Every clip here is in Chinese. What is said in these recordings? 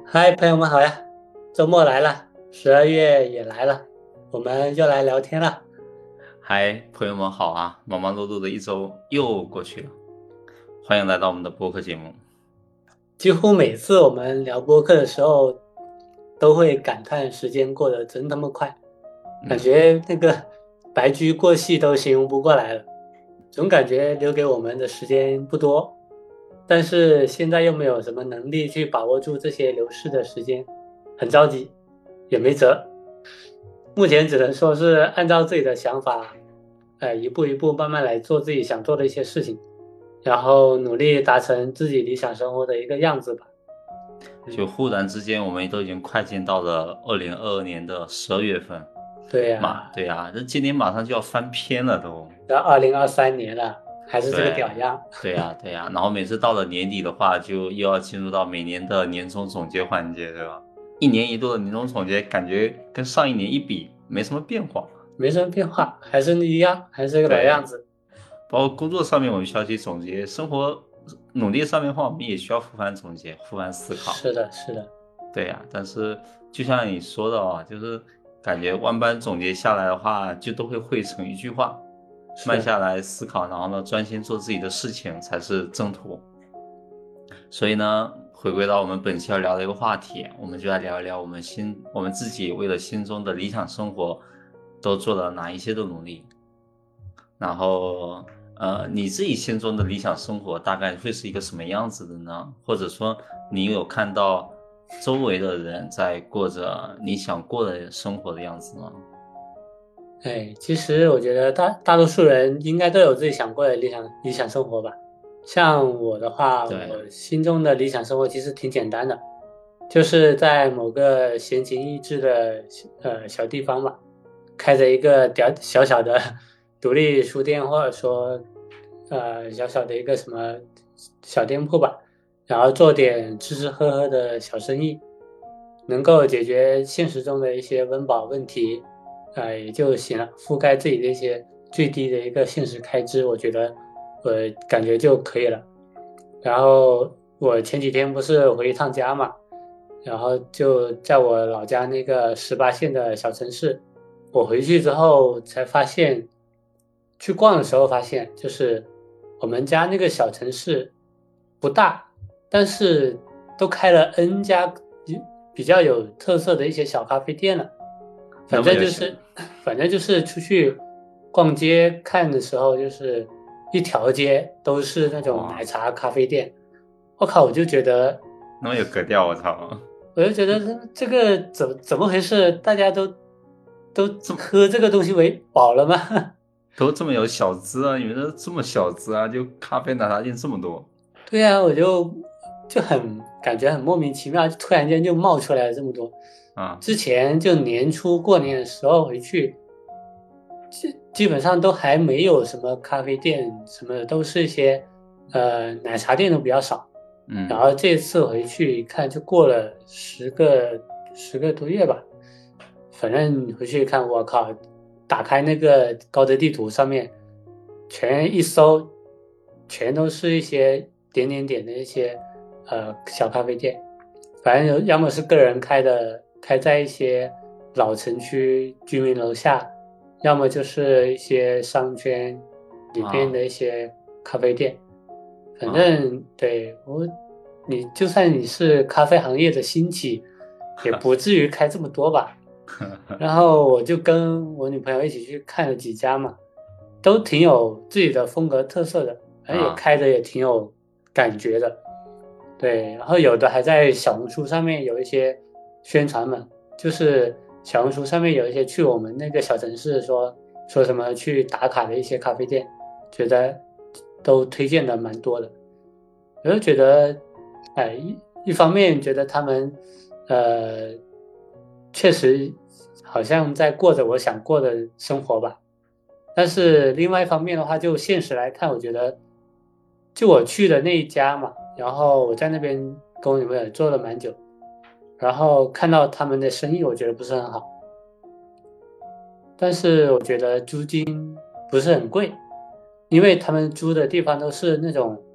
嗨，朋友们好呀！周末来了，12月也来了，我们又来聊天了。 嗨，朋友们好啊！忙忙碌碌的一周又过去了，欢迎来到我们的播客节目。 几乎每次我们聊播客的时候，都会感叹时间过得真他妈快，感嗯， 觉那个白驹过隙都形容不过来了，总感觉留给我们的时间不多，但是现在又没有什么能力去把握住这些流逝的时间，很着急，也没辙。目前只能说是按照自己的想法，一步一步慢慢来做自己想做的一些事情，然后努力达成自己理想生活的一个样子吧。 就忽然之间，我们都已经快进到了2022年的12月份， 对呀， 对呀，这今年马上就要翻篇了都。 到2023年了，还是这个对， 屌样。 对呀，然后每次到了年底的话，就又要进入到每年的年终总结环节，对吧？一年一度的年终总结，感觉跟上一年一比，没什么变化。 没什么变化，还是一样，还是这个老样对， 子。 包括工作上面我们需要去总结，生活努力上面的话，我们也需要复盘总结、复盘思考。 是的，是的， 对呀，但是就像你说的啊，就是感觉万般总结下来的话，就都会汇成一句话：慢是。 下来思考，然后呢，专心做自己的事情才是正途。所以呢，回归到我们本期要聊的一个话题，我们就来聊一聊我们自己为了心中的理想生活都做了哪一些的努力。然后，你自己心中的理想生活大概会是一个什么样子的呢？或者说，你有看到周围的人在过着你想过的生活的样子吗？ 其实我觉得大多数人应该都有自己想过的理想生活吧。像我的话， 对， 我心中的理想生活其实挺简单的，就是在某个闲情逸致的小地方吧，开着一个小小的独立书店，或者说小小的一个什么小店铺吧，然后做点吃吃喝喝的小生意，能够解决现实中的一些温饱问题，也就行了，覆盖自己的一些最低的一个现实开支，我觉得我感觉就可以了。然后我前几天不是回一趟家嘛，然后就在我老家那个18线的小城市，我回去之后才发现，去逛的时候发现，就是我们家那个小城市不大，但是都开了 N 家比较有特色的一些小咖啡店了。反那么有想， 正就是，反正就是出去逛街看的时候，就是一条街都是那种奶哇， 茶咖啡店。我靠， 那么有格调，我操， 我就觉得这个怎么回事？大家都这么喝这个东西为饱了吗？ 都这么有小资啊！你们这么小资啊？就咖啡奶茶店这么多对呀，我就感觉很莫名其妙，突然间就冒出来了这么多。 啊？ 之前就年初过年的时候回去，基本上都还没有什么咖啡店什么的，都是一些奶茶店都比较少。然嗯， 后这次回去一看，就过了十个多月吧。反正回去一看，我靠，打开那个高德地图上面，全一搜，全都是一些点点点的一些小咖啡店。反正要么是个人开的，开在一些老城区居民楼下，要么就是一些商圈里边啊的一些咖啡店。反啊， 正对我，你就算你是咖啡行业的兴起，也不至于开这么多吧。然后我就跟我女朋友一起去看了几家嘛，都挺有自己的风格特色的，反正也啊开的也挺有感觉的。对，然后有的还在小红书上面有一些宣传嘛，就是小红书上面有一些去我们那个小城市说什么去打卡的一些咖啡店，觉得都推荐的蛮多的。我就觉得，一方面觉得他们，呃，确实好像在过着我想过的生活吧。但是另外一方面的话，就现实来看，我觉得，就我去的那一家嘛，然后我在那边跟我女朋友做了蛮久，然后看到他们的生意，我觉得不是很好，但是我觉得租金不是很贵，因为他们租的地方都是那种。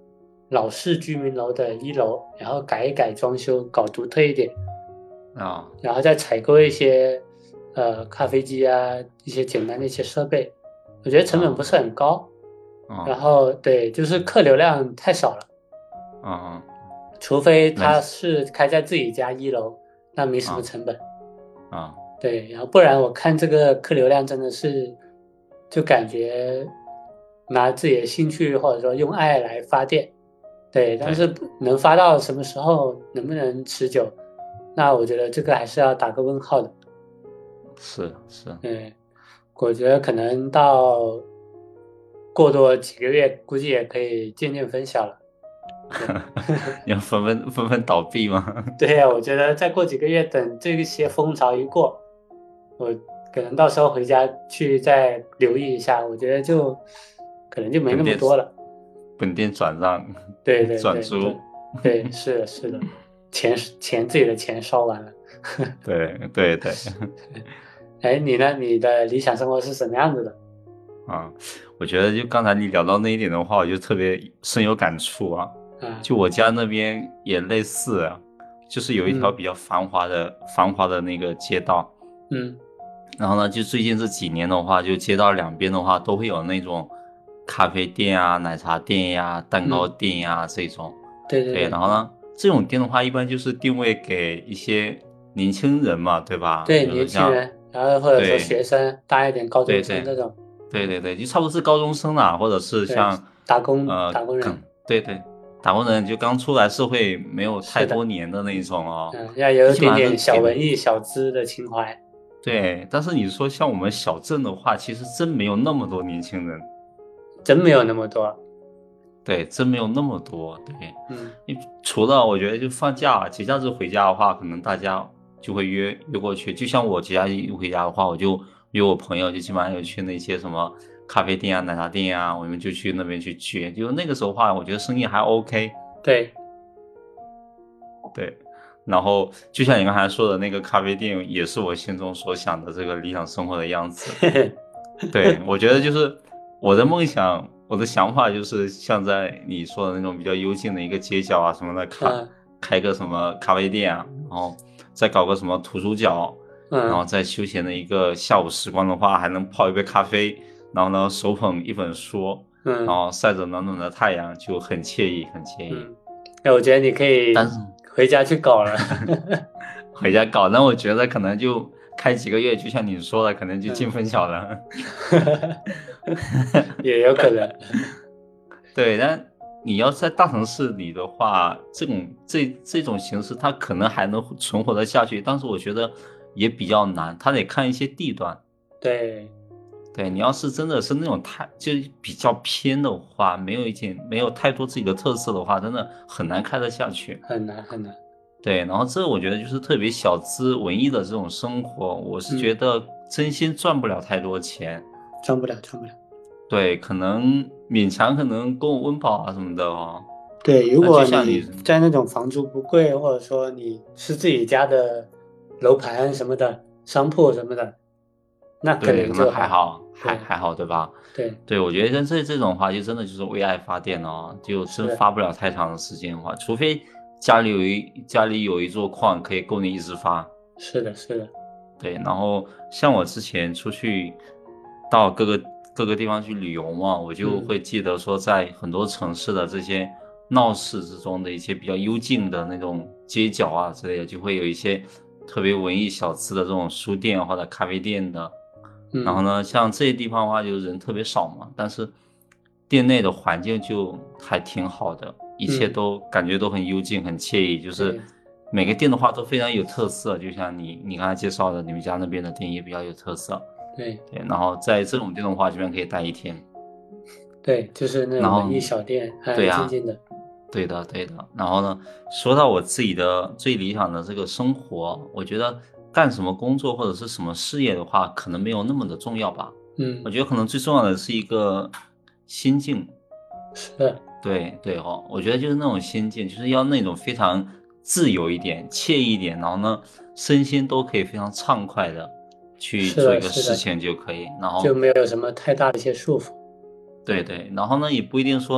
老式居民楼的1楼，然后改一改装修，搞独特一点，然后再采购一些咖啡机啊，一些简单的一些设备，我觉得成本不是很高。然后对，就是客流量太少了。除非他是开在自己家1楼，那没什么成本。对，然后不然我看这个客流量真的是，就感觉拿自己的兴趣或者说用爱来发电。对，但是能发到什么时候，能不能持久，那我觉得这个还是要打个问号的。 是。 对，我觉得可能到过多几个月，估计也可以渐渐分晓了。 要纷纷倒闭吗？ 对呀，我觉得再过几个月，等这些风潮一过，我可能到时候回家去再留意一下，我觉得就可能就没那么多了。 本店转让， 对， 转租， 对，是的，自己的钱烧完了。 对。 哎，你呢？你的理想生活是什么样子的？ 我觉得就刚才你聊到那一点的话，我就特别深有感触啊。就我家那边也类似啊，就是有一条比较繁华的那个街道。然后呢，就最近这几年的话，就街道两边的话都会有那种咖啡店啊、奶茶店呀、蛋糕店呀这种。 对。 然后呢，这种店的话，一般就是定位给一些年轻人嘛，对吧？ 对，年轻人，然后或者说学生，大一点高中生这种。 对，就差不多是高中生啦，或者是像打工人。 对，打工人就刚出来社会没有太多年的那种哦。 要有一点点小文艺小资的情怀。 对，但是你说像我们小镇的话，其实真没有那么多年轻人， 真没有那么多。 对，真没有那么多。对，除了我觉得就放假节假日回家的话，可能大家就会约过去。就像我节假日回家的话，我就约我朋友，就基本上有去那些什么咖啡店啊、奶茶店啊，我们就去那边去聚。就那个时候的话，我觉得生意还 OK。 对。 然后就像你刚才说的那个咖啡店，也是我心中所想的这个理想生活的样子。对，我觉得就是我的梦想，我的想法就是像在你说的那种比较幽静的一个街角啊什么的，开个什么咖啡店啊，然后再搞个什么图书角，然后再休闲的一个下午时光的话，还能泡一杯咖啡，然后呢手捧一本书，然后晒着暖暖的太阳，就很惬意。 那我觉得你可以回家去搞了。 回家搞，那我觉得可能就开几个月，就像你说的，可能就进分晓了。 也有可能。 对，但你要在大城市里的话，这种形式它可能还能存活得下去，但是我觉得也比较难，它得看一些地段。对，你要是真的是那种就比较偏的话，没有太多自己的特色的话，真的很难开得下去。 很难。 对，然后这我觉得就是特别小资文艺的这种生活，我是觉得真心赚不了太多钱。 赚不了。 对，可能勉强可能够温饱啊什么的哦。 对，如果你在那种房租不贵，或者说你是自己家的楼盘什么的，商铺什么的，那可能就还好，对吧？对，我觉得跟这种话就真的就是为爱发电哦，就真发不了太长的时间的话，除非家里有一座矿可以够你一直发。 是的。 对，然后像我之前出去到各个地方去旅游嘛，我就会记得说，在很多城市的这些闹市之中的一些比较幽静的那种街角啊之类的，就会有一些特别文艺小资的这种书店或者咖啡店的。然后呢，像这些地方的话，就人特别少嘛，但是店内的环境就还挺好的，一切都感觉都很幽静、很惬意，就是每个店的话都非常有特色，就像你刚才介绍的，你们家那边的店也比较有特色。 对， 然后在这种店的话，基本上可以待一天。 对，就是那种文艺小店，静静的。 对的。然后呢，说到我自己的最理想的这个生活，我觉得干什么工作或者是什么事业的话，可能没有那么的重要吧。我觉得可能最重要的是一个心境。 是。 对我觉得就是那种心境，就是要那种非常自由一点、惬意一点，然后呢，身心都可以非常畅快的去做一个事情就可以，然后就没有什么太大的一些束缚。 对，然后呢，也不一定说你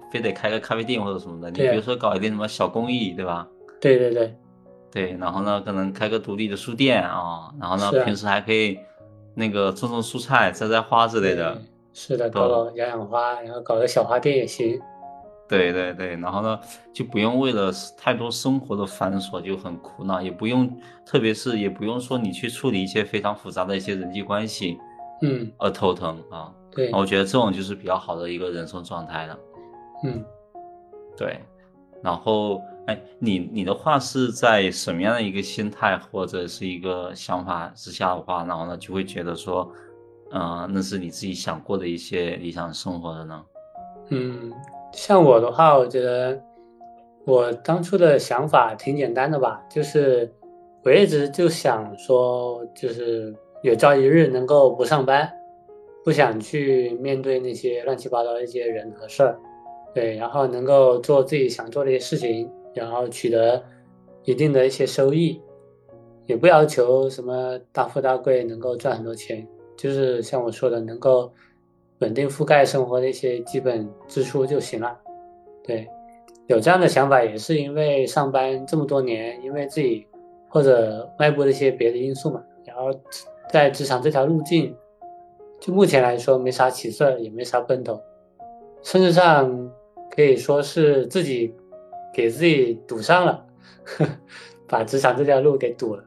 非得开个咖啡店或者什么的，你对比如说搞一点什么小公益，对吧？ 对对对， 对，然后呢，可能开个独立的书店啊，然后呢， 是啊， 平时还可以那个种种蔬菜、摘摘花之类的， 对，是的，搞都搞养养花，然后搞个小花店也行。 对对对，然后呢，就不用为了太多生活的繁琐就很苦恼，也不用，特别是也不用说你去处理一些非常复杂的一些人际关系嗯， 而头疼啊。 对， 我觉得这种就是比较好的一个人生状态了。 嗯。 对，然后，哎，你的话是在什么样的一个心态或者是一个想法之下的话，然后呢，就会觉得说，那是你自己想过的一些理想生活的呢？ 嗯，像我的话，我觉得我当初的想法挺简单的吧，就是我一直就想说，就是有朝一日能够不上班，不想去面对那些乱七八糟的一些人和事儿，对，然后能够做自己想做的一些事情，然后取得一定的一些收益，也不要求什么大富大贵，能够赚很多钱，就是像我说的，能够稳定覆盖生活的一些基本支出就行了。对，有这样的想法也是因为上班这么多年，因为自己或者外部的一些别的因素嘛，然后在职场这条路径，就目前来说没啥起色，也没啥奔头，甚至上可以说是自己给自己堵上了，把职场这条路给堵了。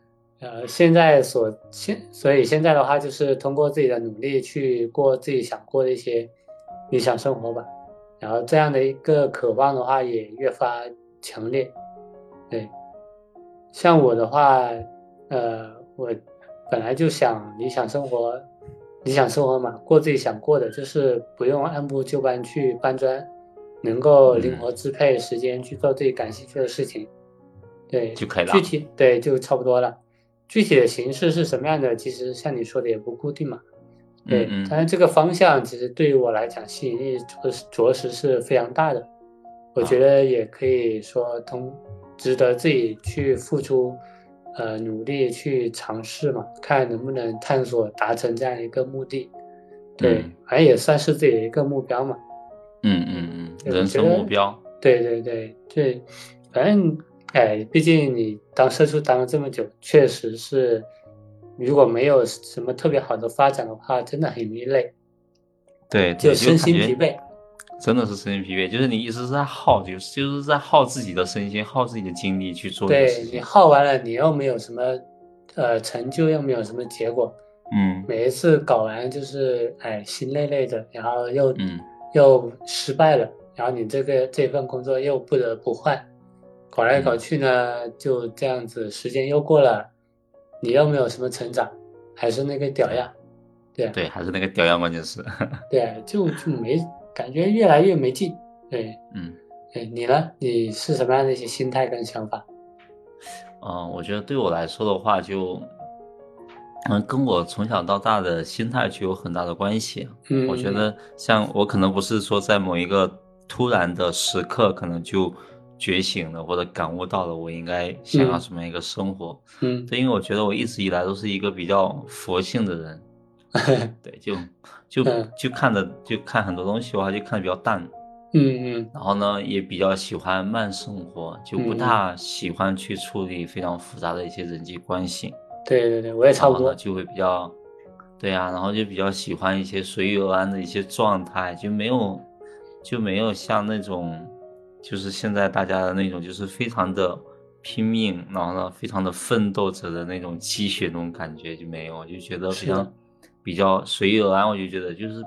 所以现在的话，就是通过自己的努力去过自己想过的一些理想生活吧。然后这样的一个渴望的话，也越发强烈。对，像我的话，我本来就想理想生活嘛，过自己想过的，就是不用按部就班去搬砖，能够灵嗯， 活支配时间去做自己感兴趣的事情。对， 就可以了。 具体对就差不多了。具体的形式是什么样的，其实像你说的也不固定嘛。对，但嗯嗯是这个方向其实对于我来讲吸引力着实是非常大的。我觉啊， 得也可以说值得自己去付出，努力去尝试嘛，看能不能探索达成这样一个目的。对， 嗯反正也算是自己的一个目标嘛。对，我人生目觉得， 标。 对对对对，反正，哎，毕竟你当社畜当了这么久，确实是，如果没有什么特别好的发展的话，真的很容易累，就对对，就身感觉心疲惫。 真的是身心疲惫，就是你一直在耗，就是在耗自己的身心，耗自己的精力去做一个事对你情。 耗完了，你又没有什么，成就，又没有什么结果， 嗯每一次搞完就是哎心累累的，然后嗯又失败了，然后你这份工作又不得不换，搞来搞嗯， 去呢，就这样子，时间又过了，你又没有什么成长，还是那个屌对样，对啊对，还是那个屌样，关键是。 对啊，就没感觉越来越没劲，对， 嗯对你呢？你是什么样的一些心态跟想法？ 我觉得对我来说的话就，跟我从小到大的心态就有很大的关系。我觉嗯得像我可能不是说在某一个突然的时刻，可能就觉醒了或者感悟到了我应该想要嗯什么样一个生活。 嗯对，因为我觉得我一直以来都是一个比较佛性的人。对，就嗯就看很多东西的话，就看的比较淡。 嗯嗯然后呢，也比较喜欢慢生活，就不嗯嗯， 大喜欢去处理非常复杂的一些人际关系。 对对对，我也然后呢， 差不多。 就会比较，对呀，然后就比较喜欢一些随遇而安的一些状态，就没有像那种，就是现在大家的那种，就是非常的拼命，然后呢，非常的奋斗者的那种鸡血那种感觉就没有，就觉得是的， 比较随遇而安，我就觉得就是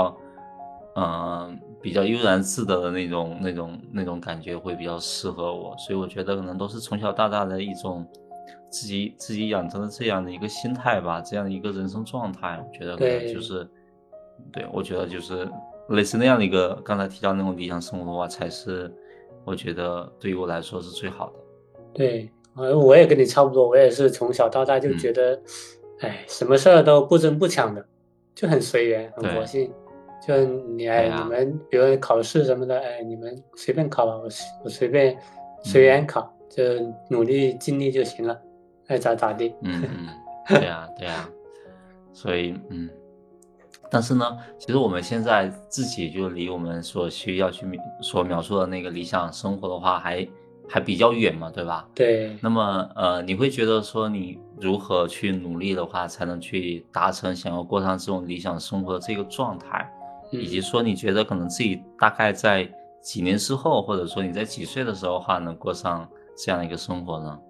比较悠然自得的那种感觉会比较适合我，所以我觉得可能都是从小到大的一种自己养成的这样的一个心态吧，这样的一个人生状态，我觉得可能就对是，对，我觉得就是类似那样的一个刚才提到那种理想生活的话，才是我觉得对于我来说是最好的。 对，我也跟你差不多，我也是从小到大就嗯， 觉得，哎，什么事儿都不争不抢的，就很随缘，很佛对， 性。就你对呀， 们比如考试什么的，哎，你们随便考吧，我随便随嗯。 缘考，就努力尽力就行了，爱咋咋地。 嗯嗯，对呀对呀，所以但是呢，其实我们现在自己就离我们所需要去所描述的那个理想生活的话还比较远嘛，对吧？ 对， 那么你会觉得说你如何去努力的话，才能去达成想要过上这种理想生活的这个状态？以及说你觉得可能自己大概在几年之后，或者说你在几岁的时候的话，能过上这样的一个生活呢？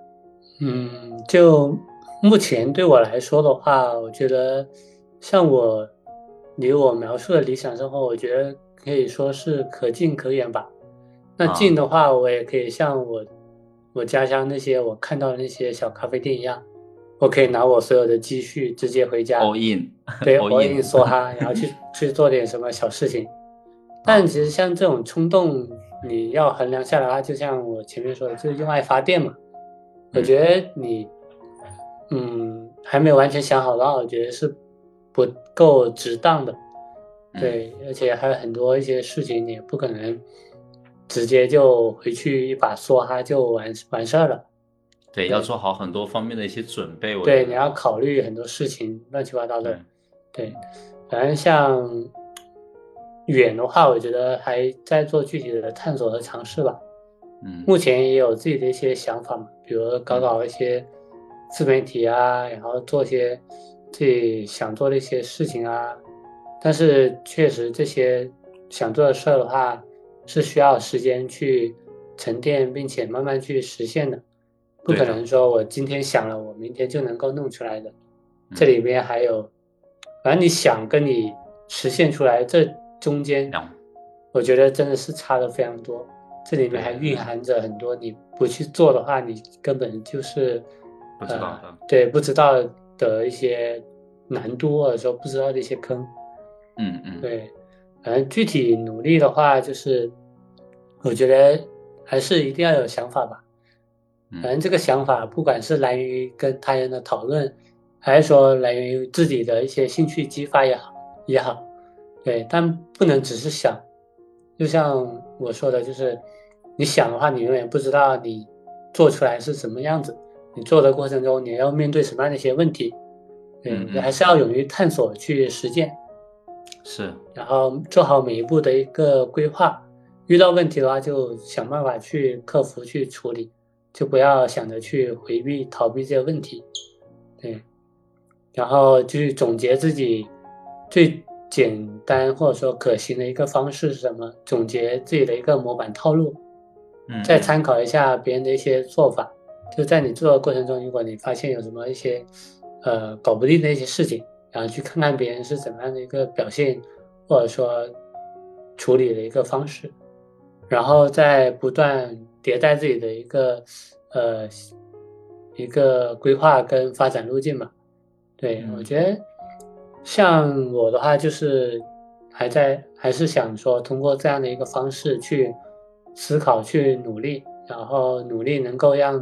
就目前对我来说的话，我觉得像我离我描述的理想生活，我觉得可以说是可近可远吧。那近啊的话，我也可以像我家乡那些我看到的那些小咖啡店一样，我可以拿我所有的积蓄直接回家， ，all in 对 all ，all in in 梭哈，然后去做点什么小事情。但啊， 其实像这种冲动，你要衡量下来的话，就像我前面说的，就是用爱发电嘛。我觉得你，还没有完全想好的话，我觉得是不够值当的。 嗯， 对，而且还有很多一些事情，你也不可能直接就回去一把梭哈就完事儿了。 对，要对做好很多方面的一些准备，我觉对，你得， 要考虑很多事情，乱七八糟的。 对， 对，反正像远的话，我觉得还在做具体的探索和尝试吧。 嗯目前也有自己的一些想法嘛，比如搞一些自媒体啊，然后做一些自己想做的一些事情啊。但是确实这些想做的事儿的话，是需要时间去沉淀，并且慢慢去实现的，不可对的， 能说我今天想了，我明天就能够弄出来的。这嗯， 里边还有，反正你想跟你实现出来，这中间两， 我觉得真的是差的非常多。这里面还对， 蕴含着很多，你不去做的话，你根本就是， 不知道的， 对，不知道的一些难度，或者说不知道的一些坑。 嗯嗯对，反正具体努力的话，就是我觉得还是一定要有想法吧。反嗯正这个想法，不管是来源于跟他人的讨论，还是说来源于自己的一些兴趣激发也好，对，但不能只是想。就像我说的，就是你想的话，你永远不知道你做出来是什么样子，你做的过程中你要面对什么样的一些问题。对，我觉得还嗯嗯， 是要勇于探索去实践。 是， 然后做好每一步的一个规划，遇到问题的话就想办法去克服、去处理，就不要想着去回避、逃避这些问题。对，然后去总结自己最简单或者说可行的一个方式是什么，总结自己的一个模板套路，再嗯嗯参考一下别人的一些做法。就在你做的过程中，如果你发现有什么一些搞不定的一些事情，然后去看看别人是怎么样的一个表现，或者说处理的一个方式，然后再不断迭代自己的呃一个规划跟发展路径嘛。对，我嗯觉得像我的话，就是还是想说通过这样的一个方式去思考、去努力，然后努力能够让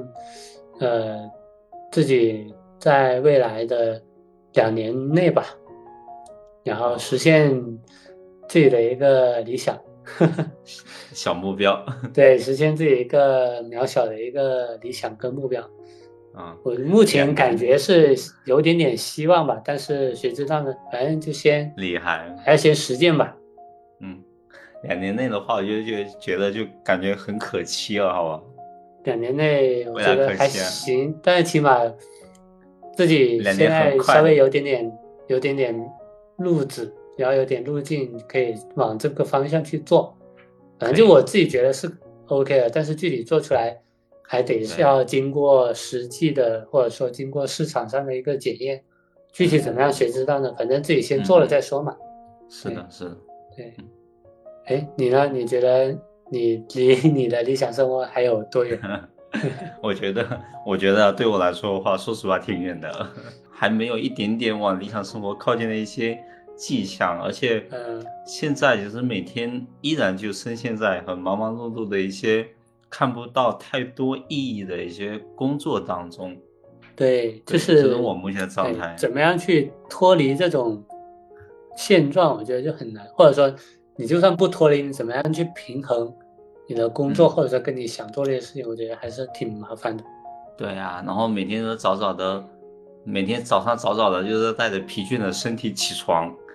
自己在未来的2年内吧，然后好， 实现自己的一个理想。 小目标， 对，实现自己一个渺小的一个理想跟目标。 啊， 我目前感两年， 觉是有点点希望吧，但是谁知道呢？反正就厉害， 还要先实践吧。 嗯，2年内的话，我就觉得就感觉很可期了，好吧？ 2年内我未来觉得还可期啊， 行，但是起码自己两年很现在稍快， 微有点点路子，然后有点路径，可以往这个方向去做。反正可以， 就我自己觉得是 OK 的，但是具体做出来还得是对， 要经过实际的，或者说经过市场上的一个检验。具体怎么样，谁知道呢？反正自己先做了再嗯嗯， 说嘛。对是的，是的。 对，哎，你呢？你觉得你离你的理想生活还有多远？ 我觉得对我来说的话，说实话挺远的，还没有一点点往理想生活靠近的一些迹象，而且嗯， 现在其实每天依然就深陷在很忙忙碌碌的一些看不到太多意义的一些工作当中。 对，就对，这是是， 我目前的状哎， 态。 怎么样去脱离这种现状？我觉得就很难，或者说，你就算不脱离，你怎么样去平衡你的工作， 嗯， 或者说跟你想做这些事情，我觉得还是挺麻烦的。 对啊，然后每天都早早的，每天早上早早的，就是带着疲倦的身体起床，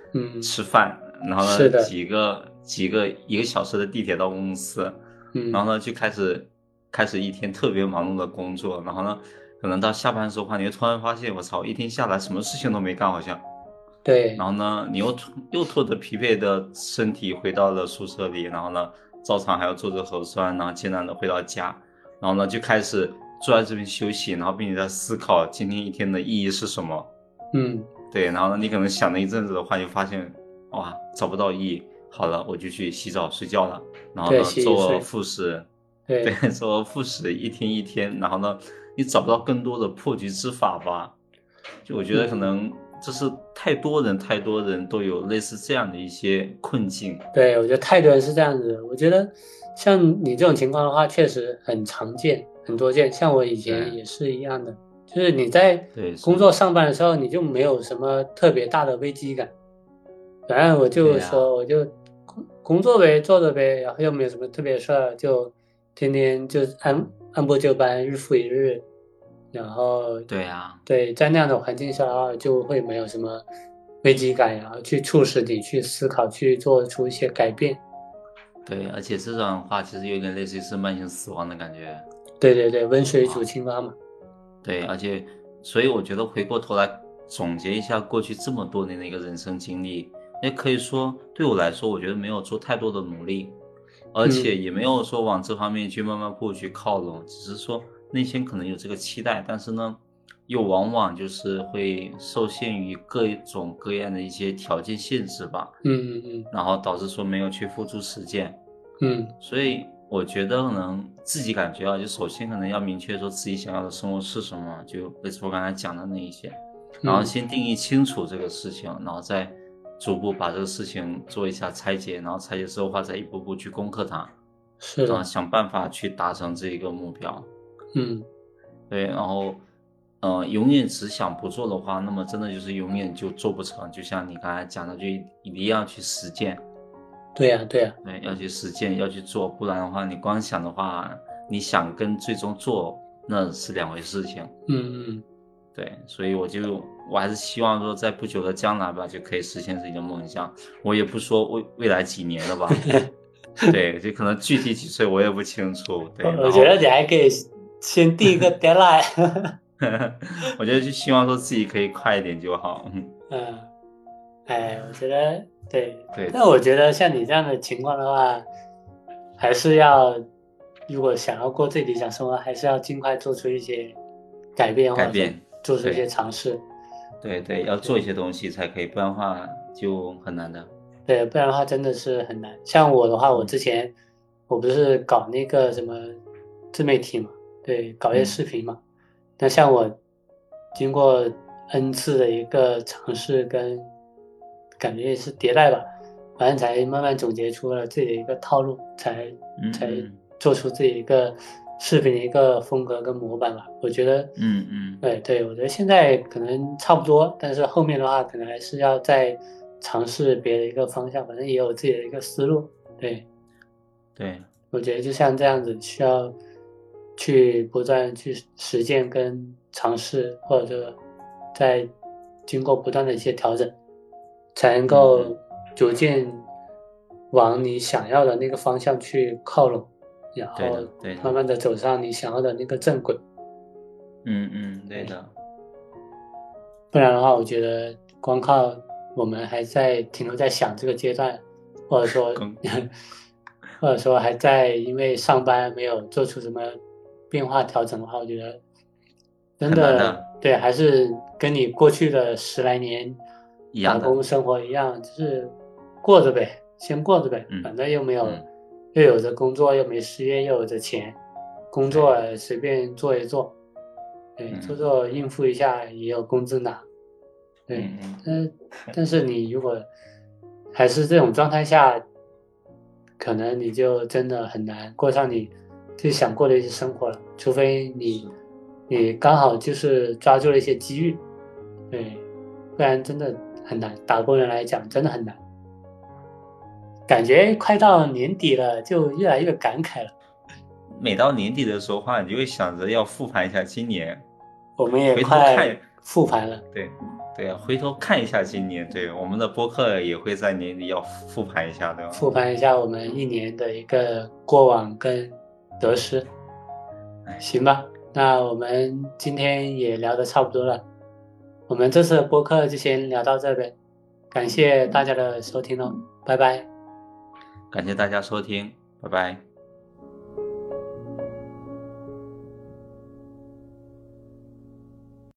吃饭，然后呢是的一个小时的地铁到公司，然后呢就开始一天特别忙碌的工作，然后呢可能到下班的时候的话，你会突然发现我操，一天下来什么事情都没干好像。 对， 然后呢你又拖着疲惫的身体回到了宿舍里，然后呢照常还要做着核酸，然后艰难的回到家，然后呢就开始坐在这边休息，然后并且在思考今天一天的意义是什么。对，然后呢你可能想了一阵子的话，就发现哇找不到意义，好了我就去洗澡睡觉了，然后对， 呢周而复始， 对， 周而复始一天一天，然后呢你找不到更多的破局之法吧。就我觉得可能这是太多人都有类似这样的一些困境。 对，我觉得太多人是这样子的。我觉得像你这种情况的话，确实很常见，很多见。像我以前也是一样的，就是你在工作上班的时候，你就没有什么特别大的危机感。反正我就说，我就工作呗，做着呗，然后又没有什么特别事儿，就天天就按部就班，日复一日。然后对，在那样的环境下的话，就会没有什么危机感，然后去促使你去思考，去做出一些改变。 对，而且这种话其实有点类似于是慢性死亡的感觉。 对对对，温水煮青蛙嘛。 对，而且所以我觉得回过头来总结一下过去这么多年的一个人生经历，也可以说对我来说，我觉得没有做太多的努力，而且也没有说往这方面去慢慢步去靠拢，只是说内心可能有这个期待，但是呢，又往往就是会受限于各种各样的一些条件限制吧。然后导致说没有去付诸实践。所以我觉得可能自己感觉啊，就首先可能要明确说自己想要的生活是什么，就类似我刚才讲的那一些，然后先定义清楚这个事情，然后再逐步把这个事情做一下拆解，然后拆解之后的话再一步步去攻克它， 是的， 想办法去达成这一个目标。对，然后永远只想不做的话，那么真的就是永远就做不成，就像你刚才讲的，就一定要去实践。 对呀，对， 要去实践，要去做，不然的话，你光想的话，你想跟最终做那是两回事情。对，所以我还是希望说，在不久的将来吧，就可以实现自己的梦想。我也不说未来几年了吧，对，就可能具体几岁我也不清楚。对， 我觉得你还可以先定一个 deadline。 我觉得就希望说自己可以快一点就好。 我觉得对，但我觉得像你这样的情况的话，还是要，如果想要过最理想生活，还是要尽快做出一些改变，或者做出一些尝试。 对，要做一些东西才可以，不然的话就很难的。 对，不然的话真的是很难。像我的话，我之前我不是搞那个什么自媒体嘛，对，搞一些视频嘛。那像我经过 N 次的一个尝试跟感觉也是迭代吧，反正才慢慢总结出了自己的一个套路，才做出自己一个视频的一个风格跟模板吧。我觉得，对，我觉得现在可能差不多，但是后面的话可能还是要再尝试别的一个方向，反正也有自己的一个思路。对，我觉得就像这样子，需要去不断去实践跟尝试，或者再经过不断的一些调整，才能够逐渐往你想要的那个方向去靠拢，然后慢慢的走上你想要的那个正轨。 对的。 不然的话，我觉得光靠我们还在停留在想这个阶段，或者说还在因为上班没有做出什么变化调整的话，我觉得真的对，还是跟你过去的10来年打工生活一样，就是过着呗，先过着呗，反正又有着工作，又没失业，又有着钱，工作随便做一做，对，做应付一下也有工资拿，对，但是你如果还是这种状态下，可能你就真的很难过上你自己想过的一些生活了，除非你刚好就是抓住了一些机遇，对，不然真的很难。打工人来讲，真的很难。感觉快到年底了，就越来越感慨了。 每到年底的时候你就会想着要复盘一下今年。 我们也快复盘了。 对， 对啊，回头看一下今年，对，我们的播客也会在年底要复盘一下，对吧？ 复盘一下我们一年的一个过往跟得失。行吧，那我们今天也聊得差不多了，我们这次的播客就先聊到这边，感谢大家的收听喽，拜拜。 感谢大家收听，拜拜。